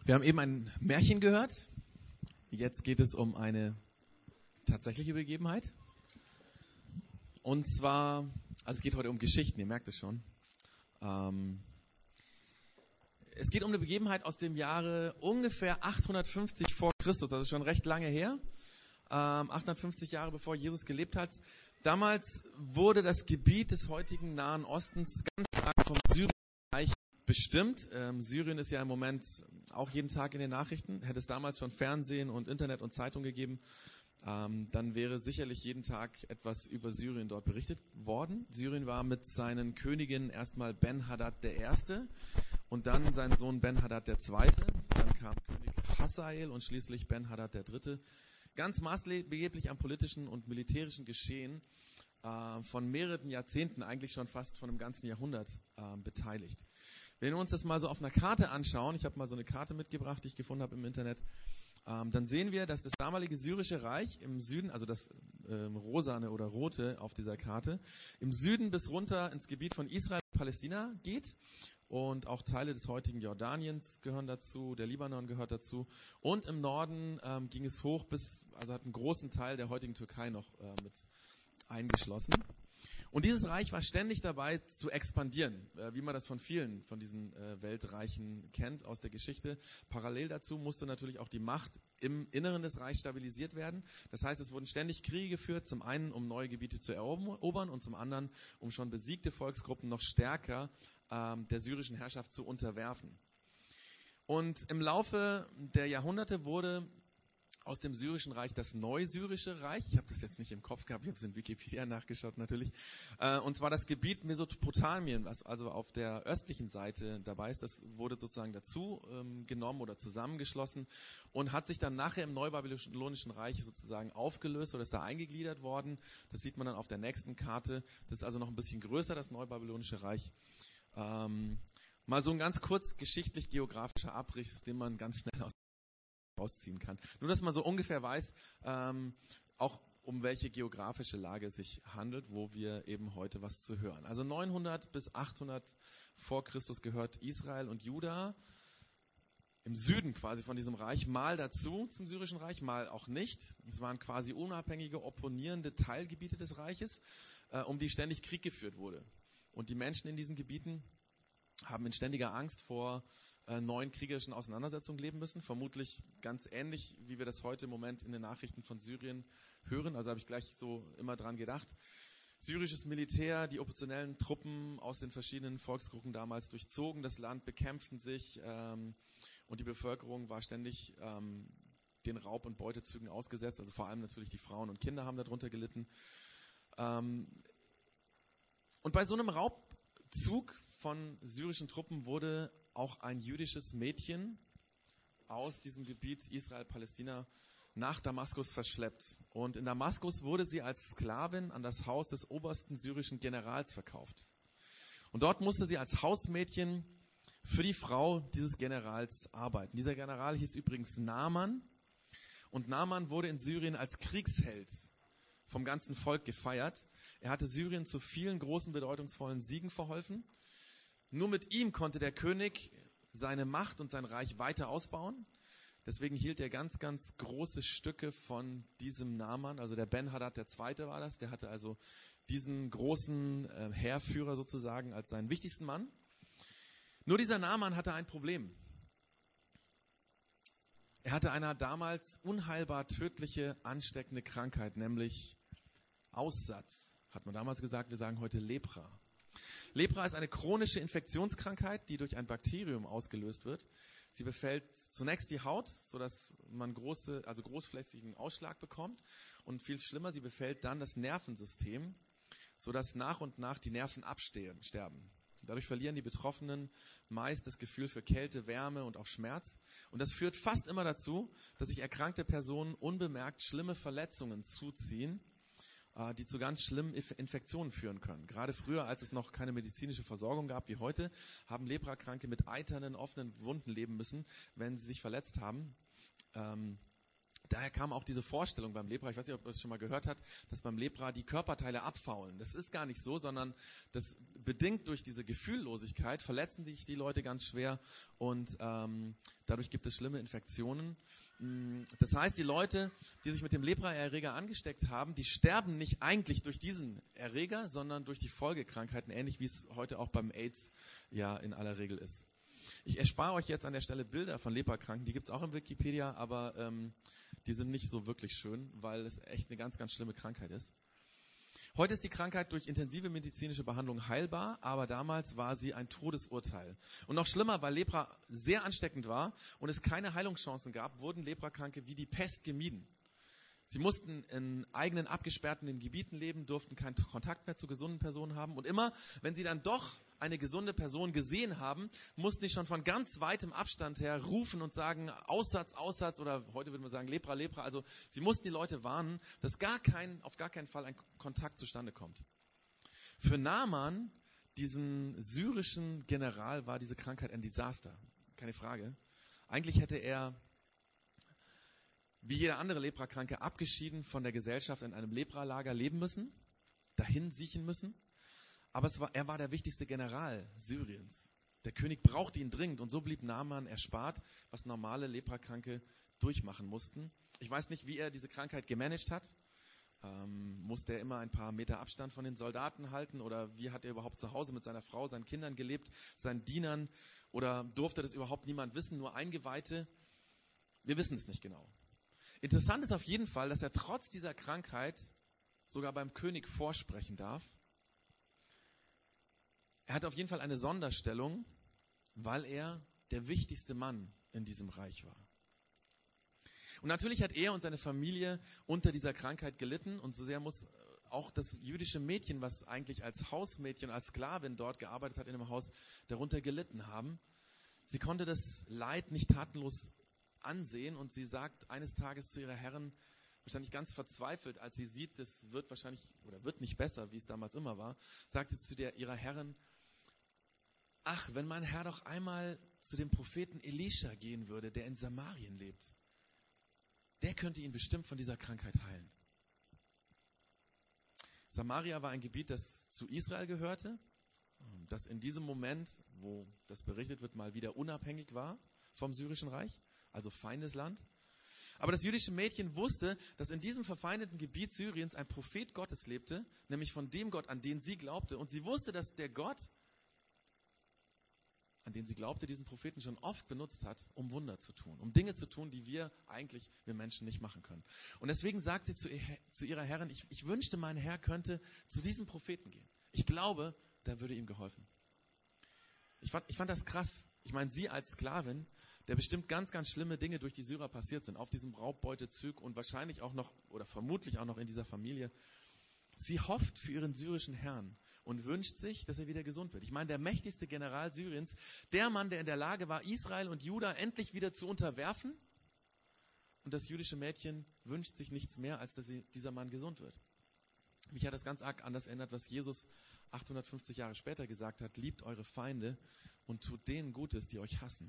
Wir haben eben ein Märchen gehört. Jetzt geht es um eine tatsächliche Begebenheit. Und zwar, also es geht heute um Geschichten, ihr merkt es schon. Es geht um eine Begebenheit aus dem Jahre ungefähr 850 vor Christus, also schon recht lange her. 850 Jahre bevor Jesus gelebt hat. Damals wurde das Gebiet des heutigen Nahen Ostens ganz stark vom Syrischen Reich bestimmt. Syrien ist ja im Moment auch jeden Tag in den Nachrichten. Hätte es damals schon Fernsehen und Internet und Zeitung gegeben, dann wäre sicherlich jeden Tag etwas über Syrien dort berichtet worden. Syrien war mit seinen Königen erstmal Ben-Hadad I. und dann sein Sohn Ben-Hadad II. Dann kam König Hazael und schließlich Ben-Hadad III. Ganz maßgeblich am politischen und militärischen Geschehen von mehreren Jahrzehnten, eigentlich schon fast von einem ganzen Jahrhundert beteiligt. Wenn wir uns das mal so auf einer Karte anschauen, ich habe mal so eine Karte mitgebracht, die ich gefunden habe im Internet, dann sehen wir, dass das damalige syrische Reich im Süden, also das rosane oder rote auf dieser Karte, im Süden bis runter ins Gebiet von Israel und Palästina geht. Und auch Teile des heutigen Jordaniens gehören dazu, der Libanon gehört dazu. Und im Norden ging es hoch bis, also hat einen großen Teil der heutigen Türkei noch mit eingeschlossen. Und dieses Reich war ständig dabei zu expandieren, wie man das von vielen von diesen Weltreichen kennt aus der Geschichte. Parallel dazu musste natürlich auch die Macht im Inneren des Reichs stabilisiert werden. Das heißt, es wurden ständig Kriege geführt, zum einen, um neue Gebiete zu erobern und zum anderen, um schon besiegte Volksgruppen noch stärker der syrischen Herrschaft zu unterwerfen. Und im Laufe der Jahrhunderte wurde aus dem syrischen Reich das Neusyrische Reich, ich habe das jetzt nicht im Kopf gehabt, ich habe es in Wikipedia nachgeschaut natürlich, und zwar das Gebiet Mesopotamien, was also auf der östlichen Seite dabei ist, das wurde sozusagen dazu genommen oder zusammengeschlossen und hat sich dann nachher im Neubabylonischen Reich sozusagen aufgelöst oder ist da eingegliedert worden. Das sieht man dann auf der nächsten Karte. Das ist also noch ein bisschen größer, das Neubabylonische Reich. Mal so ein ganz kurz geschichtlich-geografischer Abriss, den man ganz schnell rausziehen kann. Nur, dass man so ungefähr weiß, auch um welche geografische Lage es sich handelt, wo wir eben heute was zu hören. Also 900 bis 800 vor Christus gehört Israel und Juda im Süden quasi von diesem Reich mal dazu zum syrischen Reich, mal auch nicht. Es waren quasi unabhängige, opponierende Teilgebiete des Reiches, um die ständig Krieg geführt wurde. Und die Menschen in diesen Gebieten haben in ständiger Angst vor neuen kriegerischen Auseinandersetzungen leben müssen. Vermutlich ganz ähnlich, wie wir das heute im Moment in den Nachrichten von Syrien hören. Also habe ich gleich so immer dran gedacht. Syrisches Militär, die oppositionellen Truppen aus den verschiedenen Volksgruppen damals durchzogen das Land, bekämpften sich und die Bevölkerung war ständig den Raub- und Beutezügen ausgesetzt. Also vor allem natürlich die Frauen und Kinder haben darunter gelitten. Und bei so einem Raubzug von syrischen Truppen wurde auch ein jüdisches Mädchen aus diesem Gebiet Israel-Palästina nach Damaskus verschleppt. Und in Damaskus wurde sie als Sklavin an das Haus des obersten syrischen Generals verkauft. Und dort musste sie als Hausmädchen für die Frau dieses Generals arbeiten. Dieser General hieß übrigens Naaman. Und Naaman wurde in Syrien als Kriegsheld vom ganzen Volk gefeiert. Er hatte Syrien zu vielen großen, bedeutungsvollen Siegen verholfen. Nur mit ihm konnte der König seine Macht und sein Reich weiter ausbauen. Deswegen hielt er ganz, ganz große Stücke von diesem Naaman. Also der Ben-Hadad II. War das. Der hatte also diesen großen Heerführer sozusagen als seinen wichtigsten Mann. Nur dieser Naaman hatte ein Problem. Er hatte eine damals unheilbar tödliche, ansteckende Krankheit, nämlich Aussatz. Hat man damals gesagt, wir sagen heute Lepra. Lepra ist eine chronische Infektionskrankheit, die durch ein Bakterium ausgelöst wird. Sie befällt zunächst die Haut, sodass man großflächigen Ausschlag bekommt. Und viel schlimmer, sie befällt dann das Nervensystem, sodass nach und nach die Nerven absterben. Dadurch verlieren die Betroffenen meist das Gefühl für Kälte, Wärme und auch Schmerz. Und das führt fast immer dazu, dass sich erkrankte Personen unbemerkt schlimme Verletzungen zuziehen, die zu ganz schlimmen Infektionen führen können. Gerade früher, als es noch keine medizinische Versorgung gab wie heute, haben Leprakranke mit eiternen, offenen Wunden leben müssen, wenn sie sich verletzt haben. Daher kam auch diese Vorstellung beim Lepra, ich weiß nicht, ob ihr es schon mal gehört habt, dass beim Lepra die Körperteile abfaulen. Das ist gar nicht so, sondern das bedingt durch diese Gefühllosigkeit verletzen sich die Leute ganz schwer und dadurch gibt es schlimme Infektionen. Das heißt, die Leute, die sich mit dem Lepra-Erreger angesteckt haben, die sterben nicht eigentlich durch diesen Erreger, sondern durch die Folgekrankheiten, ähnlich wie es heute auch beim AIDS ja in aller Regel ist. Ich erspare euch jetzt an der Stelle Bilder von Leprakranken, die gibt es auch in Wikipedia, aber die sind nicht so wirklich schön, weil es echt eine ganz, ganz schlimme Krankheit ist. Heute ist die Krankheit durch intensive medizinische Behandlung heilbar, aber damals war sie ein Todesurteil. Und noch schlimmer, weil Lepra sehr ansteckend war und es keine Heilungschancen gab, wurden Leprakranke wie die Pest gemieden. Sie mussten in eigenen abgesperrten Gebieten leben, durften keinen Kontakt mehr zu gesunden Personen haben. Und immer, wenn sie dann doch eine gesunde Person gesehen haben, mussten sie schon von ganz weitem Abstand her rufen und sagen, Aussatz, Aussatz, oder heute würden wir sagen Lepra, Lepra. Also sie mussten die Leute warnen, dass auf gar keinen Fall ein Kontakt zustande kommt. Für Naaman, diesen syrischen General, war diese Krankheit ein Desaster. Keine Frage. Eigentlich hätte er wie jeder andere Leprakranke abgeschieden von der Gesellschaft in einem Lepralager leben müssen, dahin siechen müssen. Aber er war der wichtigste General Syriens. Der König brauchte ihn dringend und so blieb Naaman erspart, was normale Leprakranke durchmachen mussten. Ich weiß nicht, wie er diese Krankheit gemanagt hat. Musste er immer ein paar Meter Abstand von den Soldaten halten oder wie hat er überhaupt zu Hause mit seiner Frau, seinen Kindern gelebt, seinen Dienern oder durfte das überhaupt niemand wissen, nur Eingeweihte? Wir wissen es nicht genau. Interessant ist auf jeden Fall, dass er trotz dieser Krankheit sogar beim König vorsprechen darf. Er hat auf jeden Fall eine Sonderstellung, weil er der wichtigste Mann in diesem Reich war. Und natürlich hat er und seine Familie unter dieser Krankheit gelitten und so sehr muss auch das jüdische Mädchen, was eigentlich als Hausmädchen, als Sklavin dort gearbeitet hat in dem Haus, darunter gelitten haben. Sie konnte das Leid nicht tatenlos ansehen und sie sagt eines Tages zu ihrer Herrin, wahrscheinlich ganz verzweifelt, als sie sieht, das wird wahrscheinlich oder wird nicht besser, wie es damals immer war, sagt sie zu ihrer Herrin, ach, wenn mein Herr doch einmal zu dem Propheten Elisha gehen würde, der in Samarien lebt, der könnte ihn bestimmt von dieser Krankheit heilen. Samaria war ein Gebiet, das zu Israel gehörte, das in diesem Moment, wo das berichtet wird, mal wieder unabhängig war vom syrischen Reich. Also feindes Land. Aber das jüdische Mädchen wusste, dass in diesem verfeindeten Gebiet Syriens ein Prophet Gottes lebte, nämlich von dem Gott, an den sie glaubte. Und sie wusste, dass der Gott, an den sie glaubte, diesen Propheten schon oft benutzt hat, um Wunder zu tun, um Dinge zu tun, die wir Menschen nicht machen können. Und deswegen sagt sie zu ihrer Herrin, ich wünschte, mein Herr könnte zu diesem Propheten gehen. Ich glaube, da würde ihm geholfen. Ich fand das krass. Ich meine, sie als Sklavin, der bestimmt ganz, ganz schlimme Dinge durch die Syrer passiert sind, auf diesem Raubbeutezug und wahrscheinlich auch noch oder vermutlich auch noch in dieser Familie. Sie hofft für ihren syrischen Herrn und wünscht sich, dass er wieder gesund wird. Ich meine, der mächtigste General Syriens, der Mann, der in der Lage war, Israel und Juda endlich wieder zu unterwerfen. Und das jüdische Mädchen wünscht sich nichts mehr, als dass dieser Mann gesund wird. Mich hat das ganz arg an das erinnert, was Jesus 850 Jahre später gesagt hat, liebt eure Feinde und tut denen Gutes, die euch hassen.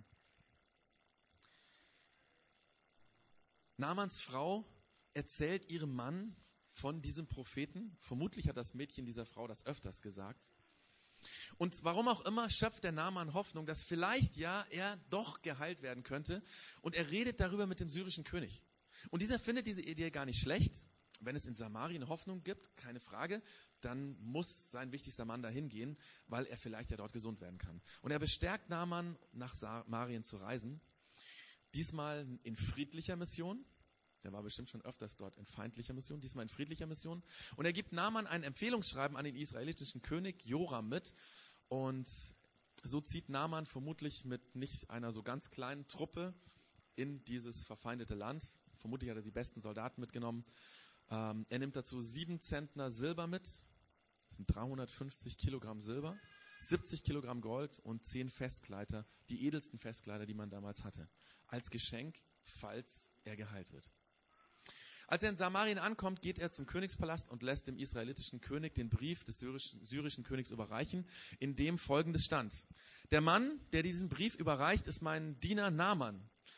Naamans Frau erzählt ihrem Mann von diesem Propheten. Vermutlich hat das Mädchen dieser Frau das öfters gesagt. Und warum auch immer schöpft der Naaman Hoffnung, dass vielleicht ja er doch geheilt werden könnte. Und er redet darüber mit dem syrischen König. Und dieser findet diese Idee gar nicht schlecht. Wenn es in Samarien Hoffnung gibt, keine Frage, dann muss sein wichtigster Mann dahin gehen, weil er vielleicht ja dort gesund werden kann. Und er bestärkt Naaman, nach Samarien zu reisen. Diesmal in friedlicher Mission. Der war bestimmt schon öfters dort in feindlicher Mission. Diesmal in friedlicher Mission. Und er gibt Naaman ein Empfehlungsschreiben an den israelitischen König Joram mit. Und so zieht Naaman vermutlich mit nicht einer so ganz kleinen Truppe in dieses verfeindete Land. Vermutlich hat er die besten Soldaten mitgenommen. Er nimmt dazu 7 Zentner Silber mit. Das sind 350 Kilogramm Silber. 70 Kilogramm Gold und 10 Festkleider, die edelsten Festkleider, die man damals hatte, als Geschenk, falls er geheilt wird. Als er in Samarien ankommt, geht er zum Königspalast und lässt dem israelitischen König den Brief des syrischen Königs überreichen, in dem Folgendes stand. Der Mann, der diesen Brief überreicht, ist mein Diener Naaman.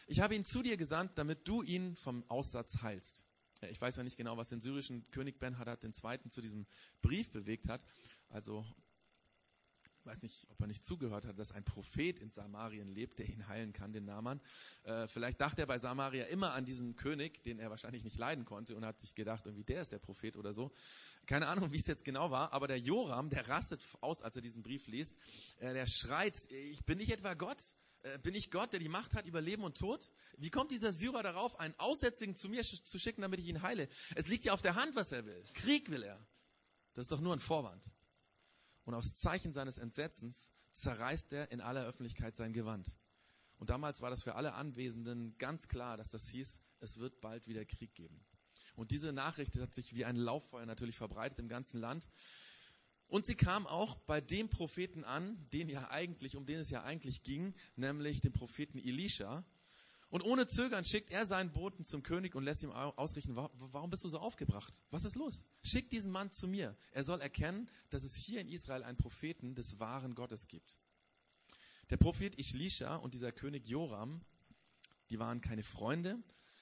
ich habe ihn zu dir gesandt, damit du ihn vom Aussatz heilst. Ja, ich weiß ja nicht genau, was den syrischen König Ben-Hadad II. Zu diesem Brief bewegt hat. Also, ich weiß nicht, ob er nicht zugehört hat, dass ein Prophet in Samarien lebt, der ihn heilen kann, den Naaman. Vielleicht dachte er bei Samaria immer an diesen König, den er wahrscheinlich nicht leiden konnte und hat sich gedacht, irgendwie der ist der Prophet oder so. Keine Ahnung, wie es jetzt genau war, aber der Joram, der rastet aus, als er diesen Brief liest. Der schreit, ich bin nicht etwa Gott? Bin ich Gott, der die Macht hat über Leben und Tod? Wie kommt dieser Syrer darauf, einen Aussätzigen zu mir zu schicken, damit ich ihn heile? Es liegt ja auf der Hand, was er will. Krieg will er. Das ist doch nur ein Vorwand. Und aus Zeichen seines Entsetzens zerreißt er in aller Öffentlichkeit sein Gewand. Und damals war das für alle Anwesenden ganz klar, dass das hieß, es wird bald wieder Krieg geben. Und diese Nachricht hat sich wie ein Lauffeuer natürlich verbreitet im ganzen Land. Und sie kam auch bei dem Propheten an, um den es ja eigentlich ging, nämlich dem Propheten Elisha. Und ohne Zögern schickt er seinen Boten zum König und lässt ihm ausrichten, warum bist du so aufgebracht? Was ist los? Schick diesen Mann zu mir. Er soll erkennen, dass es hier in Israel einen Propheten des wahren Gottes gibt. Der Prophet Elisha und dieser König Joram, die waren keine Freunde,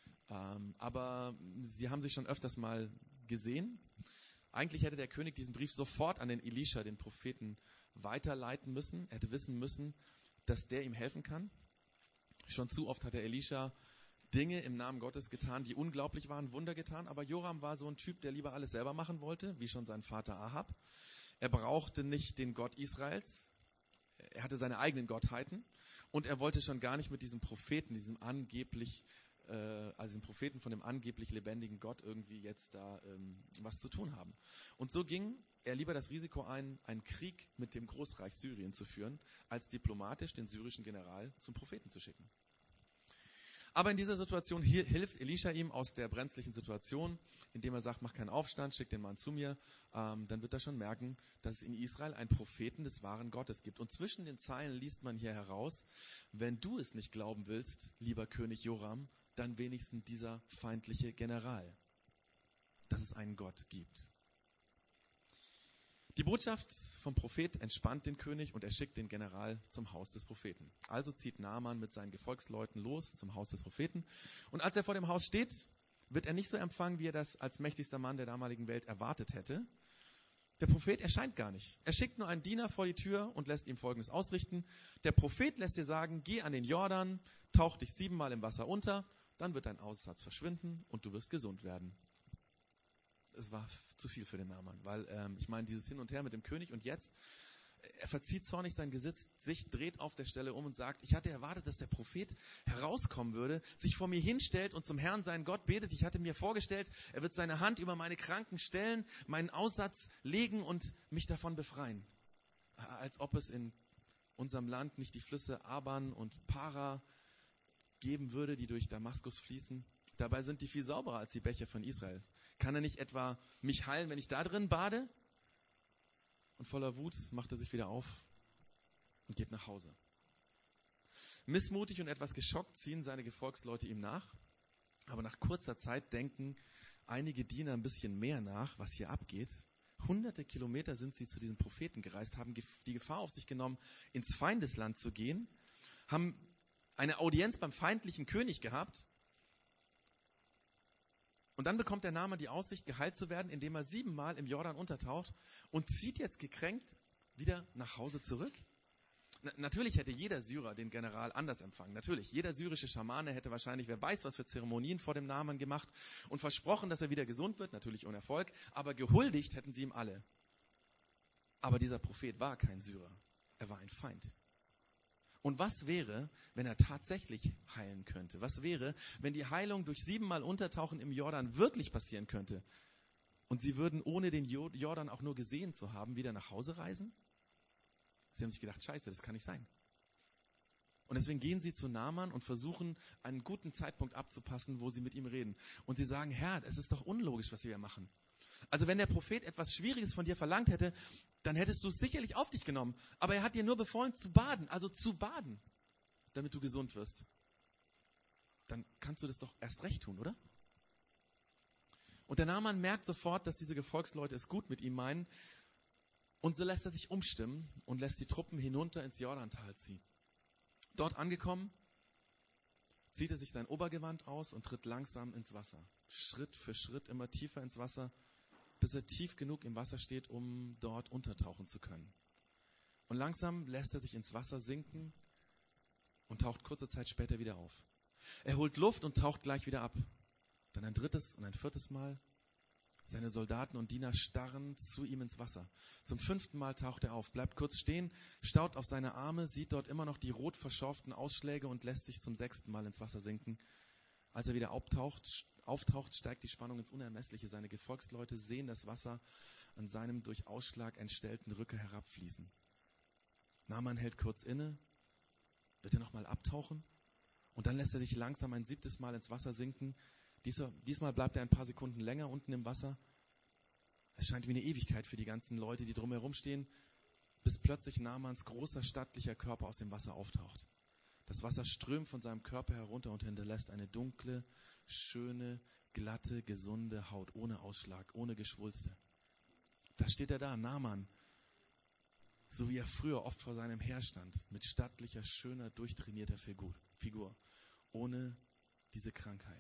aber sie haben sich schon öfters mal gesehen. Eigentlich hätte der König diesen Brief sofort an den Elisha, den Propheten, weiterleiten müssen. Er hätte wissen müssen, dass der ihm helfen kann. Schon zu oft hat der Elisha Dinge im Namen Gottes getan, die unglaublich waren, Wunder getan. Aber Joram war so ein Typ, der lieber alles selber machen wollte, wie schon sein Vater Ahab. Er brauchte nicht den Gott Israels. Er hatte seine eigenen Gottheiten. Und er wollte schon gar nicht mit diesem Propheten, diesem Propheten von dem angeblich lebendigen Gott irgendwie jetzt da was zu tun haben. Und so ging er lieber das Risiko ein, einen Krieg mit dem Großreich Syrien zu führen, als diplomatisch den syrischen General zum Propheten zu schicken. Aber in dieser Situation hilft Elisha ihm aus der brenzlichen Situation, indem er sagt, mach keinen Aufstand, schick den Mann zu mir. Dann wird er schon merken, dass es in Israel einen Propheten des wahren Gottes gibt. Und zwischen den Zeilen liest man hier heraus, wenn du es nicht glauben willst, lieber König Joram, dann wenigstens dieser feindliche General, dass es einen Gott gibt. Die Botschaft vom Prophet entspannt den König und er schickt den General zum Haus des Propheten. Also zieht Naaman mit seinen Gefolgsleuten los zum Haus des Propheten. Und als er vor dem Haus steht, wird er nicht so empfangen, wie er das als mächtigster Mann der damaligen Welt erwartet hätte. Der Prophet erscheint gar nicht. Er schickt nur einen Diener vor die Tür und lässt ihm Folgendes ausrichten. Der Prophet lässt dir sagen, geh an den Jordan, tauch dich 7-mal im Wasser unter, dann wird dein Aussatz verschwinden und du wirst gesund werden. Es war zu viel für den Naaman, weil ich meine, dieses Hin und Her mit dem König und jetzt, er verzieht zornig sein Gesicht, dreht auf der Stelle um und sagt, ich hatte erwartet, dass der Prophet herauskommen würde, sich vor mir hinstellt und zum Herrn, seinen Gott, betet. Ich hatte mir vorgestellt, er wird seine Hand über meine Kranken stellen, meinen Aussatz legen und mich davon befreien. Als ob es in unserem Land nicht die Flüsse Aban und Para geben würde, die durch Damaskus fließen. Dabei sind die viel sauberer als die Bäche von Israel. Kann er nicht etwa mich heilen, wenn ich da drin bade? Und voller Wut macht er sich wieder auf und geht nach Hause. Missmutig und etwas geschockt ziehen seine Gefolgsleute ihm nach. Aber nach kurzer Zeit denken einige Diener ein bisschen mehr nach, was hier abgeht. Hunderte Kilometer sind sie zu diesem Propheten gereist, haben die Gefahr auf sich genommen, ins Feindesland zu gehen, haben eine Audienz beim feindlichen König gehabt. Und dann bekommt der Naaman die Aussicht, geheilt zu werden, indem er 7-mal im Jordan untertaucht und zieht jetzt gekränkt wieder nach Hause zurück. Natürlich hätte jeder Syrer den General anders empfangen. Natürlich, jeder syrische Schamane hätte wahrscheinlich, wer weiß, was für Zeremonien vor dem Naaman gemacht und versprochen, dass er wieder gesund wird, natürlich ohne Erfolg, aber gehuldigt hätten sie ihm alle. Aber dieser Prophet war kein Syrer, er war ein Feind. Und was wäre, wenn er tatsächlich heilen könnte? Was wäre, wenn die Heilung durch 7-mal Untertauchen im Jordan wirklich passieren könnte? Und sie würden, ohne den Jordan auch nur gesehen zu haben, wieder nach Hause reisen? Sie haben sich gedacht, scheiße, das kann nicht sein. Und deswegen gehen sie zu Naaman und versuchen, einen guten Zeitpunkt abzupassen, wo sie mit ihm reden. Und sie sagen, Herr, es ist doch unlogisch, was wir machen. Also wenn der Prophet etwas Schwieriges von dir verlangt hätte, dann hättest du es sicherlich auf dich genommen. Aber er hat dir nur befohlen zu baden, damit du gesund wirst. Dann kannst du das doch erst recht tun, oder? Und der Naaman merkt sofort, dass diese Gefolgsleute es gut mit ihm meinen. Und so lässt er sich umstimmen und lässt die Truppen hinunter ins Jordantal ziehen. Dort angekommen, zieht er sich sein Obergewand aus und tritt langsam ins Wasser. Schritt für Schritt immer tiefer ins Wasser, bis er tief genug im Wasser steht, um dort untertauchen zu können. Und langsam lässt er sich ins Wasser sinken und taucht kurze Zeit später wieder auf. Er holt Luft und taucht gleich wieder ab. Dann ein drittes und ein viertes Mal. Seine Soldaten und Diener starren zu ihm ins Wasser. Zum 5. Mal taucht er auf, bleibt kurz stehen, staut auf seine Arme, sieht dort immer noch die rot verschorften Ausschläge und lässt sich zum 6. Mal ins Wasser sinken. Als er wieder auftaucht, steigt die Spannung ins Unermessliche. Seine Gefolgsleute sehen das Wasser an seinem durch Ausschlag entstellten Rücken herabfließen. Naaman hält kurz inne, wird er nochmal abtauchen und dann lässt er sich langsam ein 7. Mal ins Wasser sinken. Diesmal bleibt er ein paar Sekunden länger unten im Wasser. Es scheint wie eine Ewigkeit für die ganzen Leute, die drumherum stehen, bis plötzlich Naamans großer, stattlicher Körper aus dem Wasser auftaucht. Das Wasser strömt von seinem Körper herunter und hinterlässt eine dunkle, schöne, glatte, gesunde Haut, ohne Ausschlag, ohne Geschwulste. Da steht er da, Naaman, so wie er früher oft vor seinem Heer stand, mit stattlicher, schöner, durchtrainierter Figur, ohne diese Krankheit.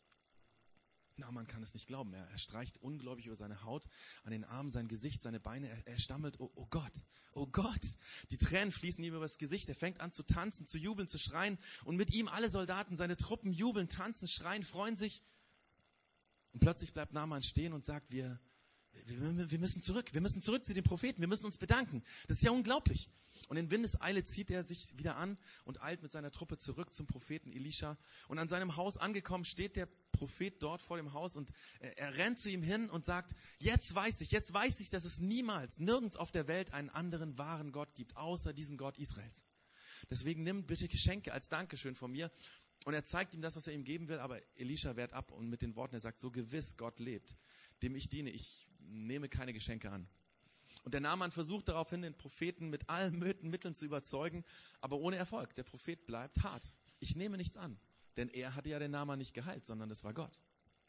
Naaman kann es nicht glauben. Er streicht ungläubig über seine Haut, an den Armen, sein Gesicht, seine Beine. Er stammelt, oh Gott, oh Gott. Die Tränen fließen ihm über das Gesicht. Er fängt an zu tanzen, zu jubeln, zu schreien. Und mit ihm alle Soldaten, seine Truppen jubeln, tanzen, schreien, freuen sich. Und plötzlich bleibt Naaman stehen und sagt, wir müssen zurück. Wir müssen zurück zu den Propheten. Wir müssen uns bedanken. Das ist ja unglaublich. Und in Windeseile zieht er sich wieder an und eilt mit seiner Truppe zurück zum Propheten Elisha. Und an seinem Haus angekommen steht der Prophet dort vor dem Haus und er rennt zu ihm hin und sagt, jetzt weiß ich, dass es nirgends auf der Welt einen anderen wahren Gott gibt, außer diesen Gott Israels. Deswegen nimm bitte Geschenke als Dankeschön von mir. Und er zeigt ihm das, was er ihm geben will, aber Elisha wehrt ab und mit den Worten, er sagt, so gewiss Gott lebt, dem ich diene, ich nehme keine Geschenke an. Und der Naaman versucht daraufhin, den Propheten mit allen Mitteln zu überzeugen, aber ohne Erfolg. Der Prophet bleibt hart. Ich nehme nichts an, denn er hatte ja den Naaman nicht geheilt, sondern das war Gott.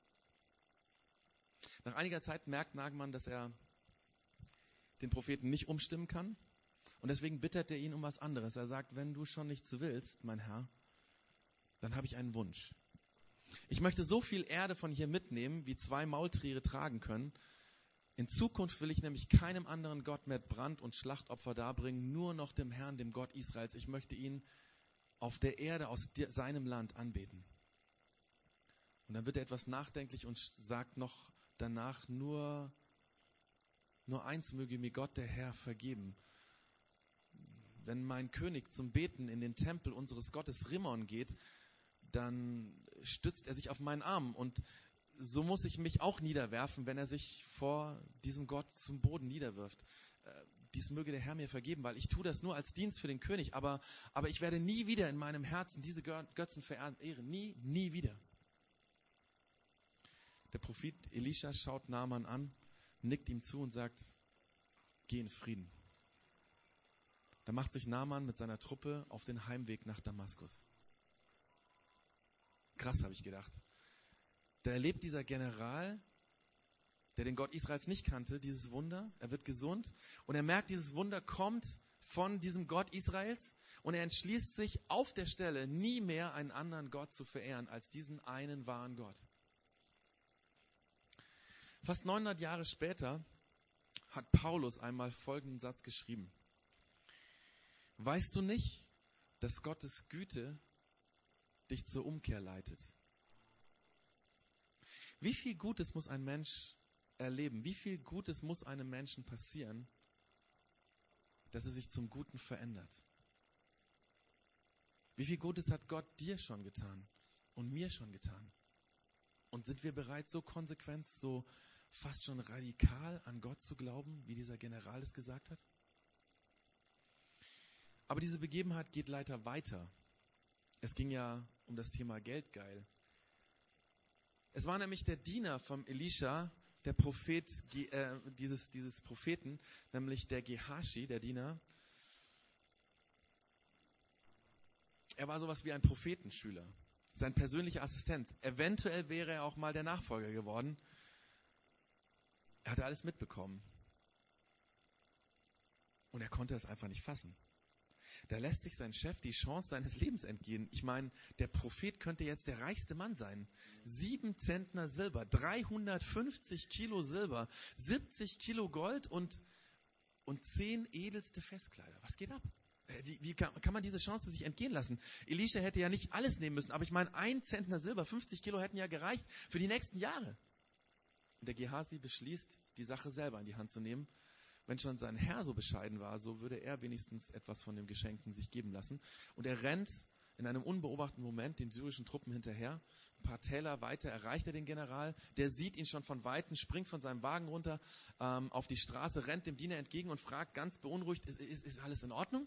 Nach einiger Zeit merkt Naaman, dass er den Propheten nicht umstimmen kann und deswegen bittet er ihn um was anderes. Er sagt, wenn du schon nichts willst, mein Herr, dann habe ich einen Wunsch. Ich möchte so viel Erde von hier mitnehmen, wie 2 Maultiere tragen können. In Zukunft will ich nämlich keinem anderen Gott mehr Brand- und Schlachtopfer darbringen, nur noch dem Herrn, dem Gott Israels. Ich möchte ihn auf der Erde aus seinem Land anbeten. Und dann wird er etwas nachdenklich und sagt noch danach, nur eins möge mir Gott, der Herr, vergeben. Wenn mein König zum Beten in den Tempel unseres Gottes Rimmon geht, dann stützt er sich auf meinen Arm und so muss ich mich auch niederwerfen, wenn er sich vor diesem Gott zum Boden niederwirft. Dies möge der Herr mir vergeben, weil ich tue das nur als Dienst für den König, aber ich werde nie wieder in meinem Herzen diese Götzen verehren, nie wieder. Der Prophet Elisha schaut Naaman an, nickt ihm zu und sagt, geh in Frieden. Da macht sich Naaman mit seiner Truppe auf den Heimweg nach Damaskus. Krass, habe ich gedacht. Da erlebt dieser General, der den Gott Israels nicht kannte, dieses Wunder. Er wird gesund und er merkt, dieses Wunder kommt von diesem Gott Israels und er entschließt sich auf der Stelle, nie mehr einen anderen Gott zu verehren als diesen einen wahren Gott. Fast 900 Jahre später hat Paulus einmal folgenden Satz geschrieben. Weißt du nicht, dass Gottes Güte dich zur Umkehr leitet? Wie viel Gutes muss ein Mensch erleben? Wie viel Gutes muss einem Menschen passieren, dass er sich zum Guten verändert? Wie viel Gutes hat Gott dir schon getan und mir schon getan? Und sind wir bereit, so konsequent, so fast schon radikal an Gott zu glauben, wie dieser General es gesagt hat? Aber diese Begebenheit geht leider weiter. Es ging ja um das Thema Geldgeil. Es war nämlich der Diener vom Elisha, der Prophet dieses Propheten, nämlich der Gehazi, der Diener. Er war sowas wie ein Prophetenschüler, sein persönlicher Assistent. Eventuell wäre er auch mal der Nachfolger geworden. Er hatte alles mitbekommen. Und er konnte es einfach nicht fassen. Da lässt sich sein Chef die Chance seines Lebens entgehen. Ich meine, der Prophet könnte jetzt der reichste Mann sein. 7 Zentner Silber, 350 Kilo Silber, 70 Kilo Gold und 10 edelste Festkleider. Was geht ab? Wie kann man diese Chance sich entgehen lassen? Elisha hätte ja nicht alles nehmen müssen, aber ich meine, 1 Zentner Silber, 50 Kilo hätten ja gereicht für die nächsten Jahre. Und der Gehasi beschließt, die Sache selber in die Hand zu nehmen. Wenn schon sein Herr so bescheiden war, so würde er wenigstens etwas von dem Geschenken sich geben lassen. Und er rennt in einem unbeobachteten Moment den syrischen Truppen hinterher. Ein paar Täler weiter erreicht er den General. Der sieht ihn schon von Weitem, springt von seinem Wagen runter auf die Straße, rennt dem Diener entgegen und fragt ganz beunruhigt, ist alles in Ordnung?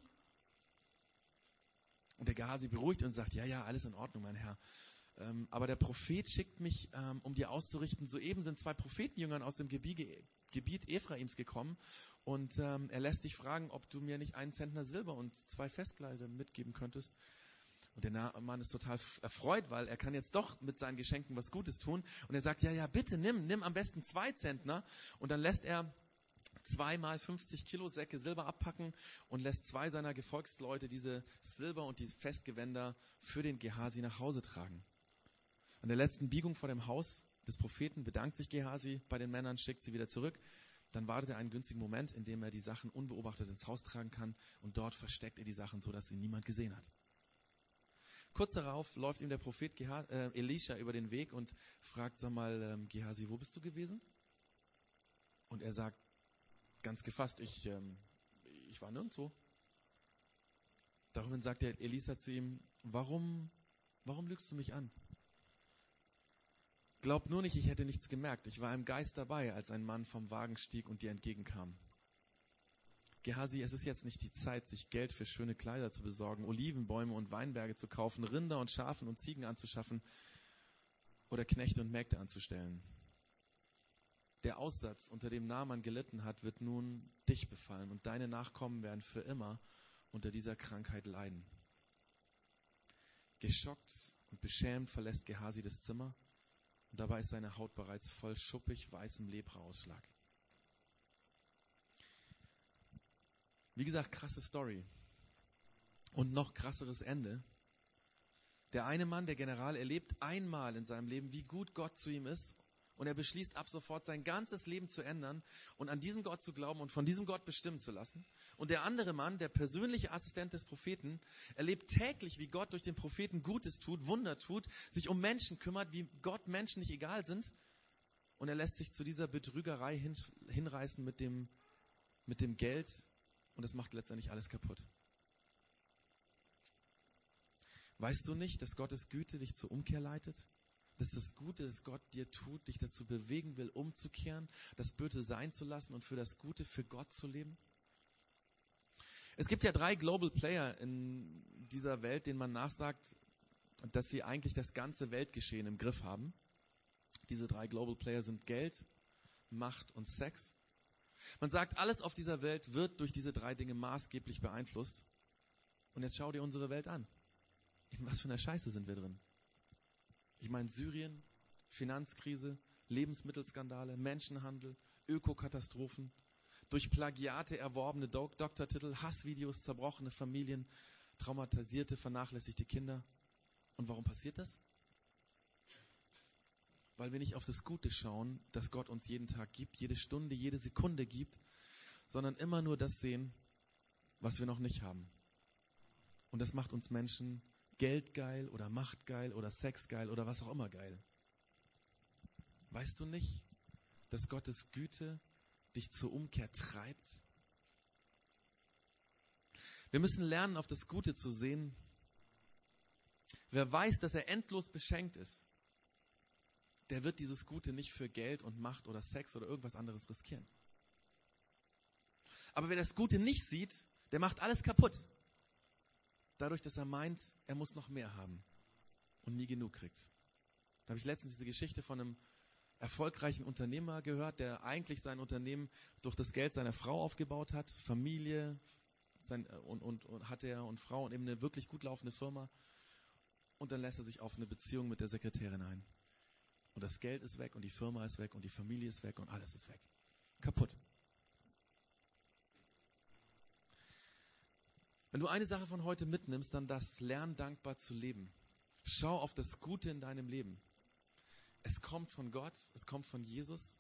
Und der Gehasi beruhigt und sagt, ja, alles in Ordnung, mein Herr. Aber der Prophet schickt mich, um dir auszurichten, soeben sind 2 Prophetenjüngern aus dem Gebiet Ephraims gekommen und er lässt dich fragen, ob du mir nicht 1 Zentner Silber und 2 Festkleider mitgeben könntest. Und der Mann ist total erfreut, weil er kann jetzt doch mit seinen Geschenken was Gutes tun. Und er sagt, ja, bitte nimm am besten 2 Zentner. Und dann lässt er 2 mal 50 Kilo Säcke Silber abpacken und lässt 2 seiner Gefolgsleute diese Silber und die Festgewänder für den Gehasi nach Hause tragen. An der letzten Biegung vor dem Haus des Propheten bedankt sich Gehasi bei den Männern, schickt sie wieder zurück. Dann wartet er einen günstigen Moment, in dem er die Sachen unbeobachtet ins Haus tragen kann und dort versteckt er die Sachen, so dass sie niemand gesehen hat. Kurz darauf läuft ihm der Prophet Elisha über den Weg und fragt, sag mal, Gehasi, wo bist du gewesen? Und er sagt ganz gefasst, ich war nirgendwo. Daraufhin sagt der Elisa zu ihm, warum lügst du mich an? Glaub nur nicht, ich hätte nichts gemerkt. Ich war im Geist dabei, als ein Mann vom Wagen stieg und dir entgegenkam. Gehasi, es ist jetzt nicht die Zeit, sich Geld für schöne Kleider zu besorgen, Olivenbäume und Weinberge zu kaufen, Rinder und Schafen und Ziegen anzuschaffen oder Knechte und Mägde anzustellen. Der Aussatz, unter dem Naaman gelitten hat, wird nun dich befallen und deine Nachkommen werden für immer unter dieser Krankheit leiden. Geschockt und beschämt verlässt Gehasi das Zimmer. Und dabei ist seine Haut bereits voll schuppig weißem Lepraausschlag. Wie gesagt, krasse Story. Und noch krasseres Ende. Der eine Mann, der General, erlebt einmal in seinem Leben, wie gut Gott zu ihm ist. Und er beschließt ab sofort sein ganzes Leben zu ändern und an diesen Gott zu glauben und von diesem Gott bestimmen zu lassen. Und der andere Mann, der persönliche Assistent des Propheten, erlebt täglich, wie Gott durch den Propheten Gutes tut, Wunder tut, sich um Menschen kümmert, wie Gott Menschen nicht egal sind. Und er lässt sich zu dieser Betrügerei hinreißen mit dem Geld und es macht letztendlich alles kaputt. Weißt du nicht, dass Gottes Güte dich zur Umkehr leitet? Dass das Gute, das Gott dir tut, dich dazu bewegen will, umzukehren, das Böse sein zu lassen und für das Gute, für Gott zu leben? Es gibt ja 3 Global Player in dieser Welt, denen man nachsagt, dass sie eigentlich das ganze Weltgeschehen im Griff haben. Diese 3 Global Player sind Geld, Macht und Sex. Man sagt, alles auf dieser Welt wird durch diese 3 Dinge maßgeblich beeinflusst. Und jetzt schau dir unsere Welt an. In was für einer Scheiße sind wir drin? Ich meine Syrien, Finanzkrise, Lebensmittelskandale, Menschenhandel, Ökokatastrophen, durch Plagiate erworbene Doktortitel, Hassvideos, zerbrochene Familien, traumatisierte, vernachlässigte Kinder. Und warum passiert das? Weil wir nicht auf das Gute schauen, das Gott uns jeden Tag gibt, jede Stunde, jede Sekunde gibt, sondern immer nur das sehen, was wir noch nicht haben. Und das macht uns Menschen geldgeil oder machtgeil oder sexgeil oder was auch immer geil. Weißt du nicht, dass Gottes Güte dich zur Umkehr treibt? Wir müssen lernen, auf das Gute zu sehen. Wer weiß, dass er endlos beschenkt ist, der wird dieses Gute nicht für Geld und Macht oder Sex oder irgendwas anderes riskieren. Aber wer das Gute nicht sieht, der macht alles kaputt. Dadurch, dass er meint, er muss noch mehr haben und nie genug kriegt. Da habe ich letztens diese Geschichte von einem erfolgreichen Unternehmer gehört, der eigentlich sein Unternehmen durch das Geld seiner Frau aufgebaut hat, Familie hat er und Frau und eben eine wirklich gut laufende Firma. Und dann lässt er sich auf eine Beziehung mit der Sekretärin ein. Und das Geld ist weg und die Firma ist weg und die Familie ist weg und alles ist weg. Kaputt. Wenn du eine Sache von heute mitnimmst, dann das: Lern dankbar zu leben. Schau auf das Gute in deinem Leben. Es kommt von Gott, es kommt von Jesus.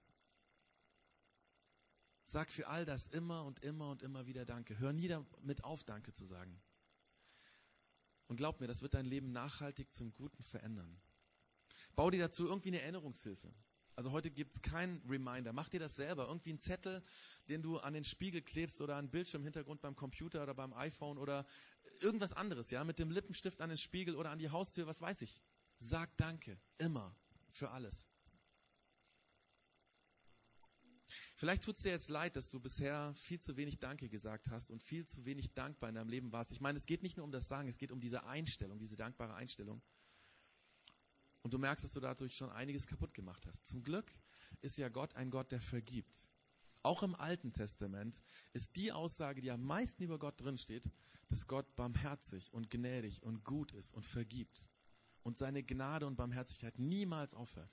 Sag für all das immer und immer und immer wieder Danke. Hör nie damit auf, Danke zu sagen. Und glaub mir, das wird dein Leben nachhaltig zum Guten verändern. Bau dir dazu irgendwie eine Erinnerungshilfe. Also heute gibt's keinen Reminder. Mach dir das selber. Irgendwie einen Zettel, den du an den Spiegel klebst oder an den Bildschirmhintergrund beim Computer oder beim iPhone oder irgendwas anderes, ja, mit dem Lippenstift an den Spiegel oder an die Haustür, was weiß ich. Sag Danke. Immer. Für alles. Vielleicht tut's dir jetzt leid, dass du bisher viel zu wenig Danke gesagt hast und viel zu wenig dankbar in deinem Leben warst. Ich meine, es geht nicht nur um das Sagen, es geht um diese Einstellung, diese dankbare Einstellung. Und du merkst, dass du dadurch schon einiges kaputt gemacht hast. Zum Glück ist ja Gott ein Gott, der vergibt. Auch im Alten Testament ist die Aussage, die am meisten über Gott drinsteht, dass Gott barmherzig und gnädig und gut ist und vergibt. Und seine Gnade und Barmherzigkeit niemals aufhört.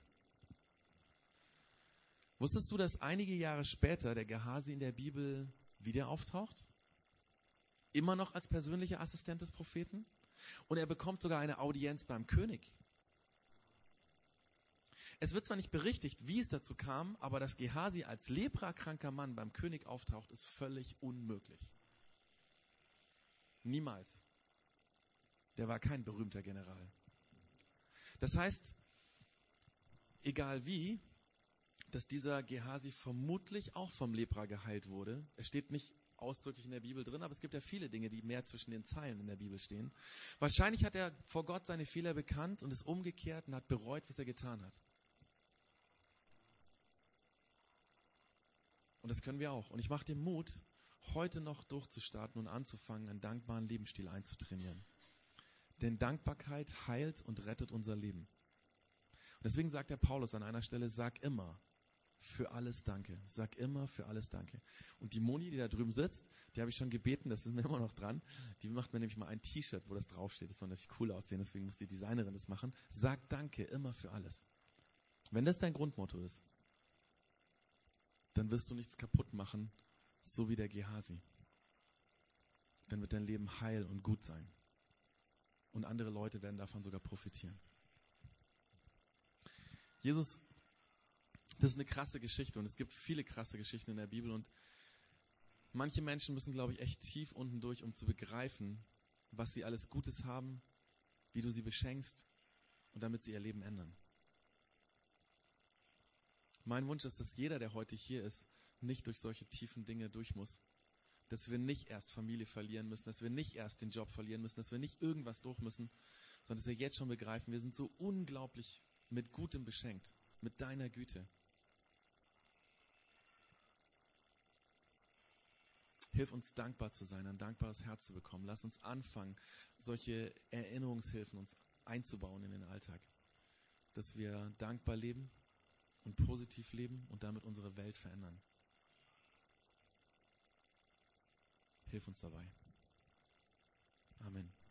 Wusstest du, dass einige Jahre später der Gehasi in der Bibel wieder auftaucht? Immer noch als persönlicher Assistent des Propheten? Und er bekommt sogar eine Audienz beim König. Es wird zwar nicht berichtigt, wie es dazu kam, aber dass Gehasi als leprakranker Mann beim König auftaucht, ist völlig unmöglich. Niemals. Der war kein berühmter General. Das heißt, egal wie, dass dieser Gehasi vermutlich auch vom Lepra geheilt wurde. Es steht nicht ausdrücklich in der Bibel drin, aber es gibt ja viele Dinge, die mehr zwischen den Zeilen in der Bibel stehen. Wahrscheinlich hat er vor Gott seine Fehler bekannt und ist umgekehrt und hat bereut, was er getan hat. Und das können wir auch. Und ich mache dir Mut, heute noch durchzustarten und anzufangen, einen dankbaren Lebensstil einzutrainieren. Denn Dankbarkeit heilt und rettet unser Leben. Und deswegen sagt der Paulus an einer Stelle, sag immer für alles Danke. Sag immer für alles Danke. Und die Moni, die da drüben sitzt, die habe ich schon gebeten, das ist mir immer noch dran. Die macht mir nämlich mal ein T-Shirt, wo das draufsteht. Das soll natürlich cool aussehen, deswegen muss die Designerin das machen. Sag Danke immer für alles. Wenn das dein Grundmotto ist, dann wirst du nichts kaputt machen, so wie der Gehasi. Dann wird dein Leben heil und gut sein. Und andere Leute werden davon sogar profitieren. Jesus, das ist eine krasse Geschichte und es gibt viele krasse Geschichten in der Bibel und manche Menschen müssen, glaube ich, echt tief unten durch, um zu begreifen, was sie alles Gutes haben, wie du sie beschenkst und damit sie ihr Leben ändern. Mein Wunsch ist, dass jeder, der heute hier ist, nicht durch solche tiefen Dinge durch muss. Dass wir nicht erst Familie verlieren müssen, dass wir nicht erst den Job verlieren müssen, dass wir nicht irgendwas durch müssen, sondern dass wir jetzt schon begreifen, wir sind so unglaublich mit Gutem beschenkt, mit deiner Güte. Hilf uns dankbar zu sein, ein dankbares Herz zu bekommen. Lass uns anfangen, solche Erinnerungshilfen uns einzubauen in den Alltag. Dass wir dankbar leben und positiv leben und damit unsere Welt verändern. Hilf uns dabei. Amen.